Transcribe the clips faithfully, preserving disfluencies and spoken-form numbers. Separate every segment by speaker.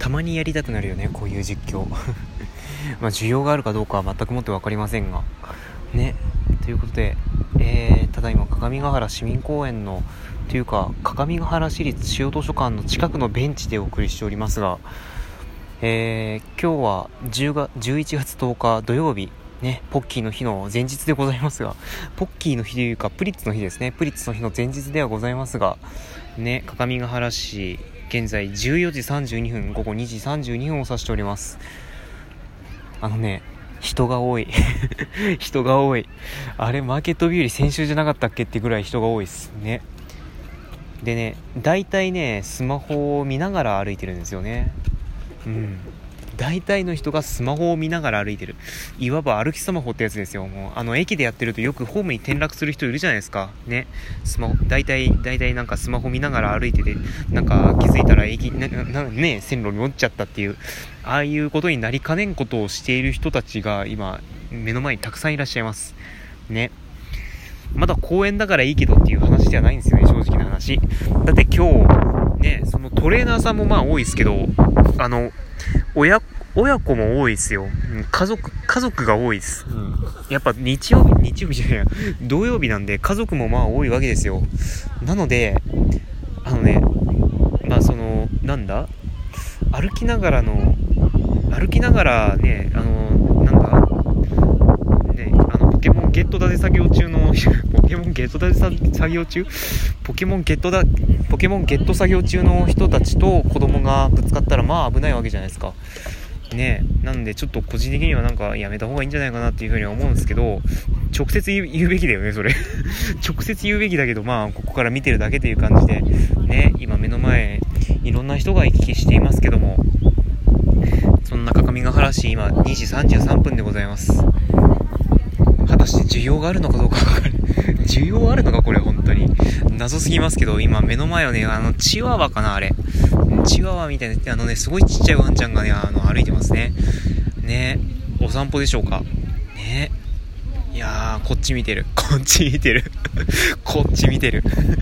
Speaker 1: たまにやりたくなるよね、こういう実況まあ需要があるかどうかは全くもって分かりませんがね。ということで、えー、ただいま各務原市民公園のというか各務原市立主要図書館の近くのベンチでお送りしておりますが、えー、今日はじゅうがじゅういちがつとおか土曜日ね、ポッキーの日の前日でございますが、ポッキーの日というかプリッツの日ですね、プリッツの日の前日ではございますがね、各務原市現在じゅうよじさんじゅうにふん、午後にじさんじゅうにふんを指しております。あのね、人が多い人が多い。あれマーケットビューより先週じゃなかったっけってぐらい人が多いですね。でね、大体ねスマホを見ながら歩いてるんですよね。うん、大体の人がスマホを見ながら歩いてる。いわば歩きスマホってやつですよ。もうあの駅でやってるとよくホームに転落する人いるじゃないですかね。スマホ大体大体なんかスマホ見ながら歩いてて、なんか気づいたら駅ななね線路に落ちちゃったっていう、ああいうことになりかねんことをしている人たちが今目の前にたくさんいらっしゃいますね。まだ公園だからいいけどっていう話ではないんですよね、正直な話。だって今日ね、そのトレーナーさんもまあ多いですけど、あの親親子も多いですよ。家族家族が多いです、うん、やっぱ日曜日日曜日じゃないや土曜日なんで家族もまあ多いわけですよ。なのであのね、まあそのなんだ歩きながらの歩きながらね、あのなんだね、あのポケモンゲット立て作業中のポケモンゲット立て作業中ポケモンゲットだポケモンゲット作業中の人たちと子供がぶつかったらまあ危ないわけじゃないですかね。なんでちょっと個人的にはなんかやめた方がいいんじゃないかなっていうふうには思うんですけど、直接言う、言うべきだよねそれ直接言うべきだけど、まあここから見てるだけという感じでね、今目の前いろんな人が行き来していますけども、そんな各務原市今にじさんじゅうさんぷんでございます。果たして需要があるのかどうか分かる需要あるのかこれ本当に謎すぎますけど、今目の前をね、あのチワワかな、あれチワワみたいな、あのねすごいちっちゃいワンちゃんがね、あの歩いてますね。ね、お散歩でしょうかね。いやー、こっち見てるこっち見てるこっち見てる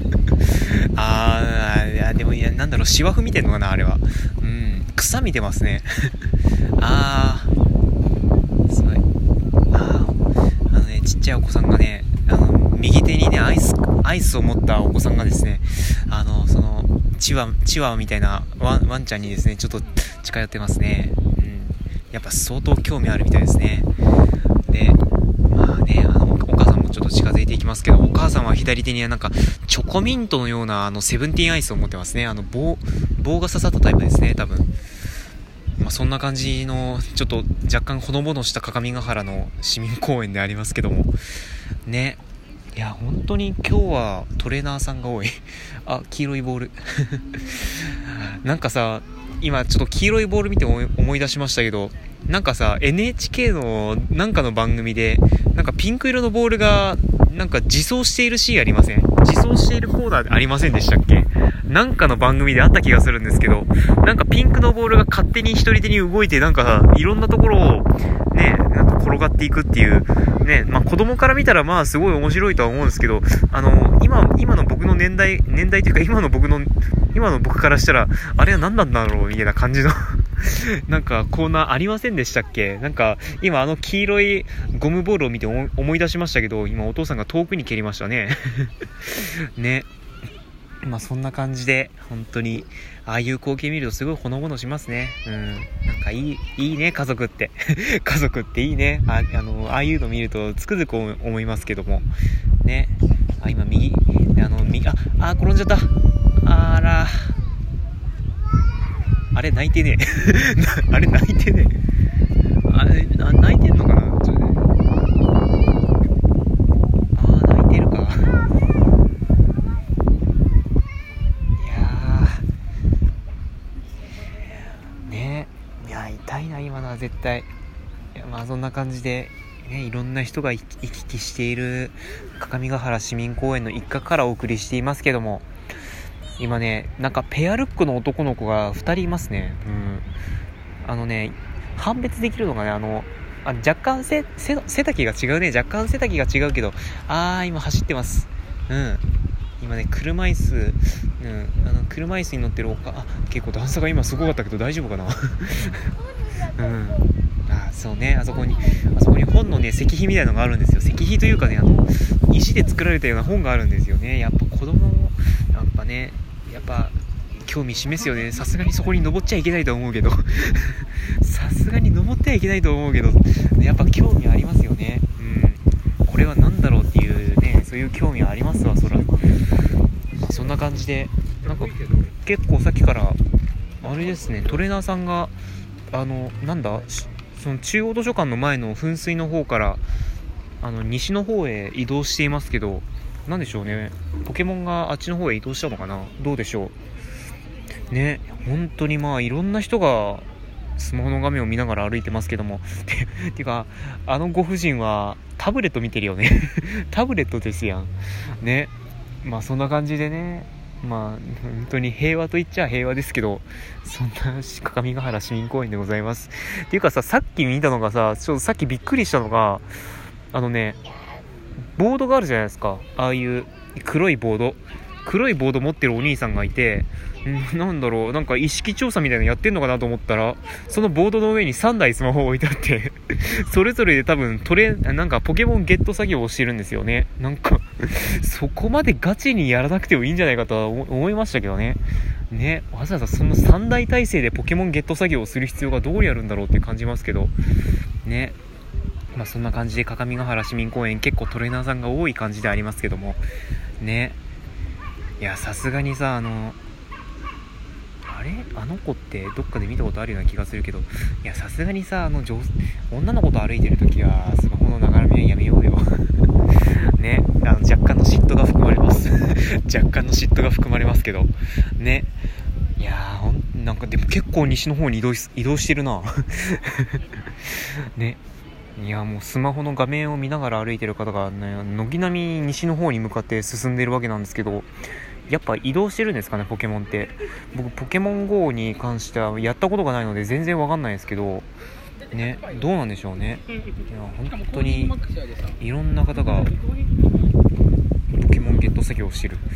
Speaker 1: あー、いやでもいやなんだろう、芝生見てんのかなあれは。うん、草見てますねあーすごい。あー、あのね、ちっちゃいお子さんがね、あの右手にねアイスアイスを持ったお子さんがですね、あのそのチワチワみたいなワン、ワンちゃんにですねちょっと近寄ってますね。うん、やっぱ相当興味あるみたいですね。で、まあね、あのお母さんもちょっと近づいていきますけど、お母さんは左手にはなんかチョコミントのようなあのセブンティーンアイスを持ってますね。あの棒棒が刺さったタイプですね、多分。まあ、そんな感じのちょっと若干ほのぼのした各務原の市民公園でありますけどもね。いや本当に今日はトレーナーさんが多いあ、黄色いボールなんかさ、今ちょっと黄色いボール見て思い出しましたけど、なんかさ エヌエイチケー のなんかの番組でなんかピンク色のボールがなんか自走しているシーンありません？自走しているコーナーありませんでしたっけ？なんかの番組であった気がするんですけど、なんかピンクのボールが勝手に一人手に動いて、なんかいろんなところをね、なんか転がっていくっていうね、まあ子供から見たらまあすごい面白いとは思うんですけど、あの今今の僕の年代年代というか今の僕の今の僕からしたらあれは何なんだろうみたいな感じのなんかコーナーありませんでしたっけ？なんか今あの黄色いゴムボールを見て思い出しましたけど、今お父さんが遠くに蹴りましたねね。まあそんな感じで本当にああいう光景見るとすごいほのぼのしますね。うん、なんかいいいいね家族って家族っていいね。ああのああいうの見るとつくづく思いますけどもね。あ今右あの右ああ転んじゃった。あらあれ泣いてねえあれ泣いてねえあれあ泣いてんのかな。ちょっとね、ああ泣いてるか。痛いな今のは絶対。いやまあそんな感じで、ね、いろんな人が行き来している各務原市民公園の一角からお送りしていますけども、今ねなんかペアルックの男の子がふたりいますね。うん、あのね判別できるのがね、あのあ若干背背丈が違うね。若干背丈が違うけど、あー今走ってます。うん、 今ね車椅子、うん、あの車椅子に乗ってるおかあ結構段差が今すごかったけど大丈夫かなうんあそうねあそこにあそこに本のね石碑みたいなのがあるんですよ。石碑というかねあの石で作られたような本があるんですよね。やっぱ子供もやっぱねやっぱ興味示すよね。さすがにそこに登っちゃいけないと思うけどさすがに登ってはいけないと思うけどやっぱ興味ありますよね。うんこれは何だろうっていうねそういう興味はありますわ。そらそんな感じでなんか結構さっきからあれですねトレーナーさんがあのなんだその中央図書館の前の噴水の方からあの西の方へ移動していますけどなんでしょうねポケモンがあっちの方へ移動したのかなどうでしょうね。本当にまあいろんな人がスマホの画面を見ながら歩いてますけどもてていうかあのご婦人はタブレット見てるよねタブレットですやんね。まあそんな感じでねまあ本当に平和と言っちゃ平和ですけどそんな各務原市民公園でございます。っていうかささっき見たのがさちょっとさっきびっくりしたのがあのねボードがあるじゃないですか。ああいう黒いボード黒いボード持ってるお兄さんがいてんなんだろうなんか意識調査みたいなのやってんのかなと思ったらそのボードの上にさんだいスマホを置いてあってそれぞれで多分トレなんかポケモンゲット作業をしてるんですよね。なんかそこまでガチにやらなくてもいいんじゃないかとは思いましたけどね。ねわざわざそのさんだい体制でポケモンゲット作業をする必要がどうやるんだろうって感じますけどね。まあそんな感じで各務原市民公園結構トレーナーさんが多い感じでありますけどもね。いやさすがにさあのあれあの子ってどっかで見たことあるような気がするけどいやさすがにさあの女女の子と歩いてるときはスマホの眺めはやめようよねあの若干の嫉妬が含まれます若干の嫉妬が含まれますけどね。いやーほんなんかでも結構西の方に移動し、移動してるなね。いやもうスマホの画面を見ながら歩いてる方がね軒並み西の方に向かって進んでるわけなんですけどやっぱ移動してるんですかねポケモンって。僕ポケモン ゴー に関してはやったことがないので全然わかんないですけどねどうなんでしょうね。いや本当にいろんな方がポケモンゲット作業をしてる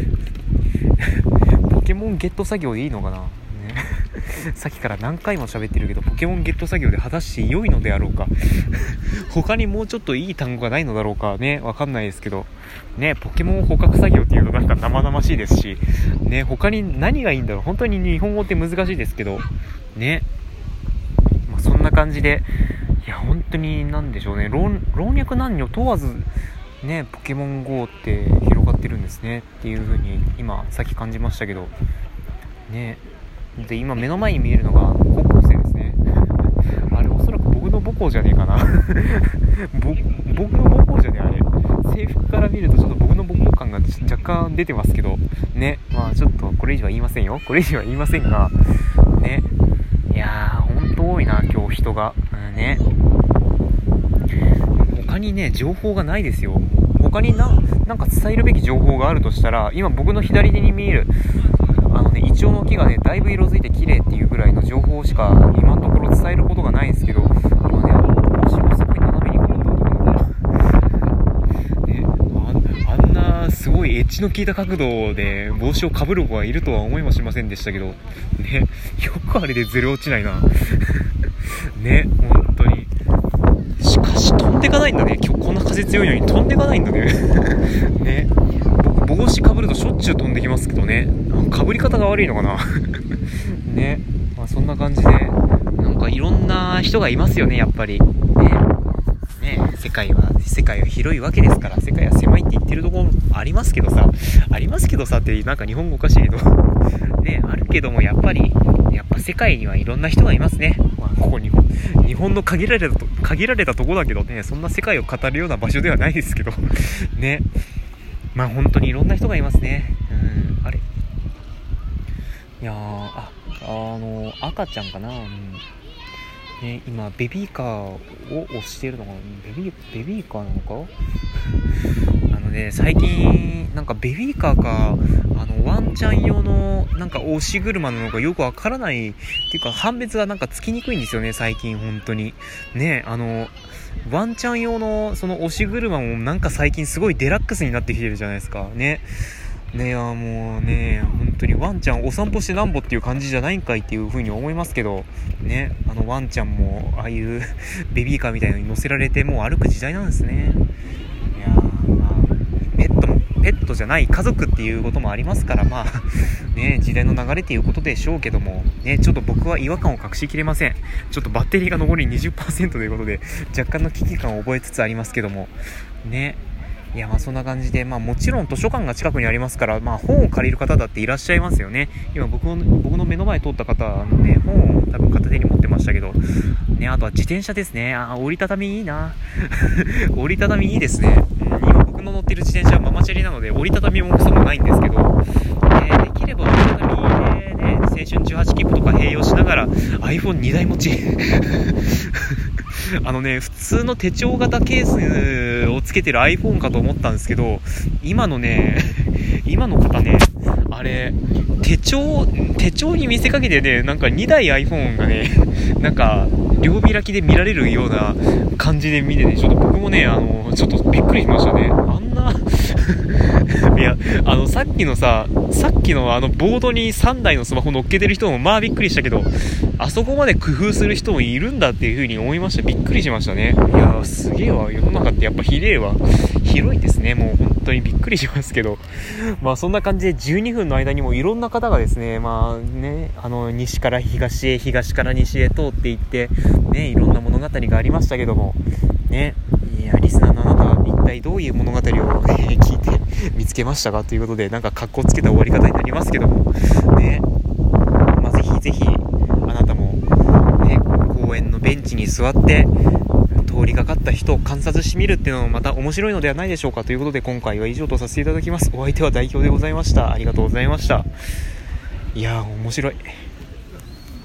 Speaker 1: ポケモンゲット作業でいいのかな、ね、さっきから何回も喋ってるけどポケモンゲット作業で果たして良いのであろうか他にもうちょっといい単語がないのだろうかねわかんないですけどね。ポケモン捕獲作業っていうとなんか生々しいですしね他に何がいいんだろう本当に日本語って難しいですけどね。まあ、そんな感じでいや本当になんでしょうね 老, 老若男女問わずねポケモン ゴー って広がってるんですねっていう風に今さっき感じましたけどね。で今目の前に見えるのが高校生ですねあれおそらく僕の母校じゃねえかなぼ僕の母校じゃねえあれ制服から見るとちょっと僕の母校感が若干出てますけどね。まあちょっとこれ以上は言いませんよこれ以上は言いませんがね。いやーほんと多いな今日人が、うん、ね。他にね情報がないですよ。他にななんか伝えるべき情報があるとしたら今僕の左手に見えるあのねイチョウの木がねだいぶ色づいて綺麗っていうぐらいの情報しか今のところ伝えることがないんですけど今ねあの帽子をすごい斜めにかぶった男の子ねああんなすごいエッジの効いた角度で帽子をかぶる子がいるとは思いもしませんでしたけどね。よくあれでずれ落ちないなね本当に。しかし飛んでかないんだね今日こんな風強いのに飛んでかないんだねね僕帽子かぶるとしょっちゅう飛んできますけどねかぶり方が悪いのかなね。まあそんな感じでなんかいろんな人がいますよねやっぱりね。ね世界は世界は広いわけですから世界は狭いって言ってるところありますけどさありますけどさってなんか日本語おかしいけどねあるけどもやっぱりやっぱ世界にはいろんな人がいますね。まあここ日本日本の限られたと限られたとこだけどねそんな世界を語るような場所ではないですけどね。まあ本当にいろんな人がいますね。うんあれいやーああの赤ちゃんかな、うんね、今ベビーカーを押しているのがベビーベビーカーなのかあのね最近なんかベビーカーかあのワンちゃん用のなんか押し車なのかよくわからないっていうか判別がなんかつきにくいんですよね最近本当にね。あのワンちゃん用のその押し車もなんか最近すごいデラックスになってきてるじゃないですかね。 ねえ、もうね、本当にワンちゃんお散歩してなんぼっていう感じじゃないんかいっていう風に思いますけどね。あのワンちゃんもああいうベビーカーみたいなのに乗せられてもう歩く時代なんですね。いやー、まあペットもペットじゃない家族っていうこともありますから、まあね、時代の流れっていうことでしょうけどもね、ちょっと僕は違和感を隠しきれません。ちょっとバッテリーが残り にじゅっパーセント ということで若干の危機感を覚えつつありますけどもね。いや、まあそんな感じで、まあもちろん図書館が近くにありますから、まあ本を借りる方だっていらっしゃいますよね。今僕の僕の目の前通った方のね、本を多分片手に持ってましたけどね。あとは自転車ですね。あ、折りたたみいいな折りたたみいいですね、うん、今僕の乗ってる自転車はママチャリなので折りたたみもクソもないんですけど、ね、できれば折りたたみでね、青春じゅうはち切符とか併用しながら アイフォンに 台持ちあのね、普通の手帳型ケースをつけてる iPhone かと思ったんですけど、今のね今の方ね、あれ手帳手帳に見せかけてね、なんかにだい iPhone がねなんか両開きで見られるような感じで見てね、ちょっと僕もね、あのちょっとびっくりしましたね。あんないや、あのさっきのささっきのあのボードにさんだいのスマホ乗っけてる人もまあびっくりしたけど、あそこまで工夫する人もいるんだっていう風に思いました。びっくりしましたね。いやー、すげえわ、世の中ってやっぱひでえわ、広いですね。もう本当にびっくりしますけど、まあそんな感じでじゅうにふんの間にもいろんな方がですね、まあね、あの西から東へ東から西へ通っていってね、いろんな物語がありましたけどもね。いや、リスナーのあなたは一体どういう物語を、えー、聞いて見つけましたかということで、なんか格好つけた終わり方になりますけどもね。まあぜひぜひあなたもね、公園のベンチに座って通りがかった人を観察してみるっていうのもまた面白いのではないでしょうか。ということで今回は以上とさせていただきます。お相手は代表でございました。ありがとうございました。いやー、面白い。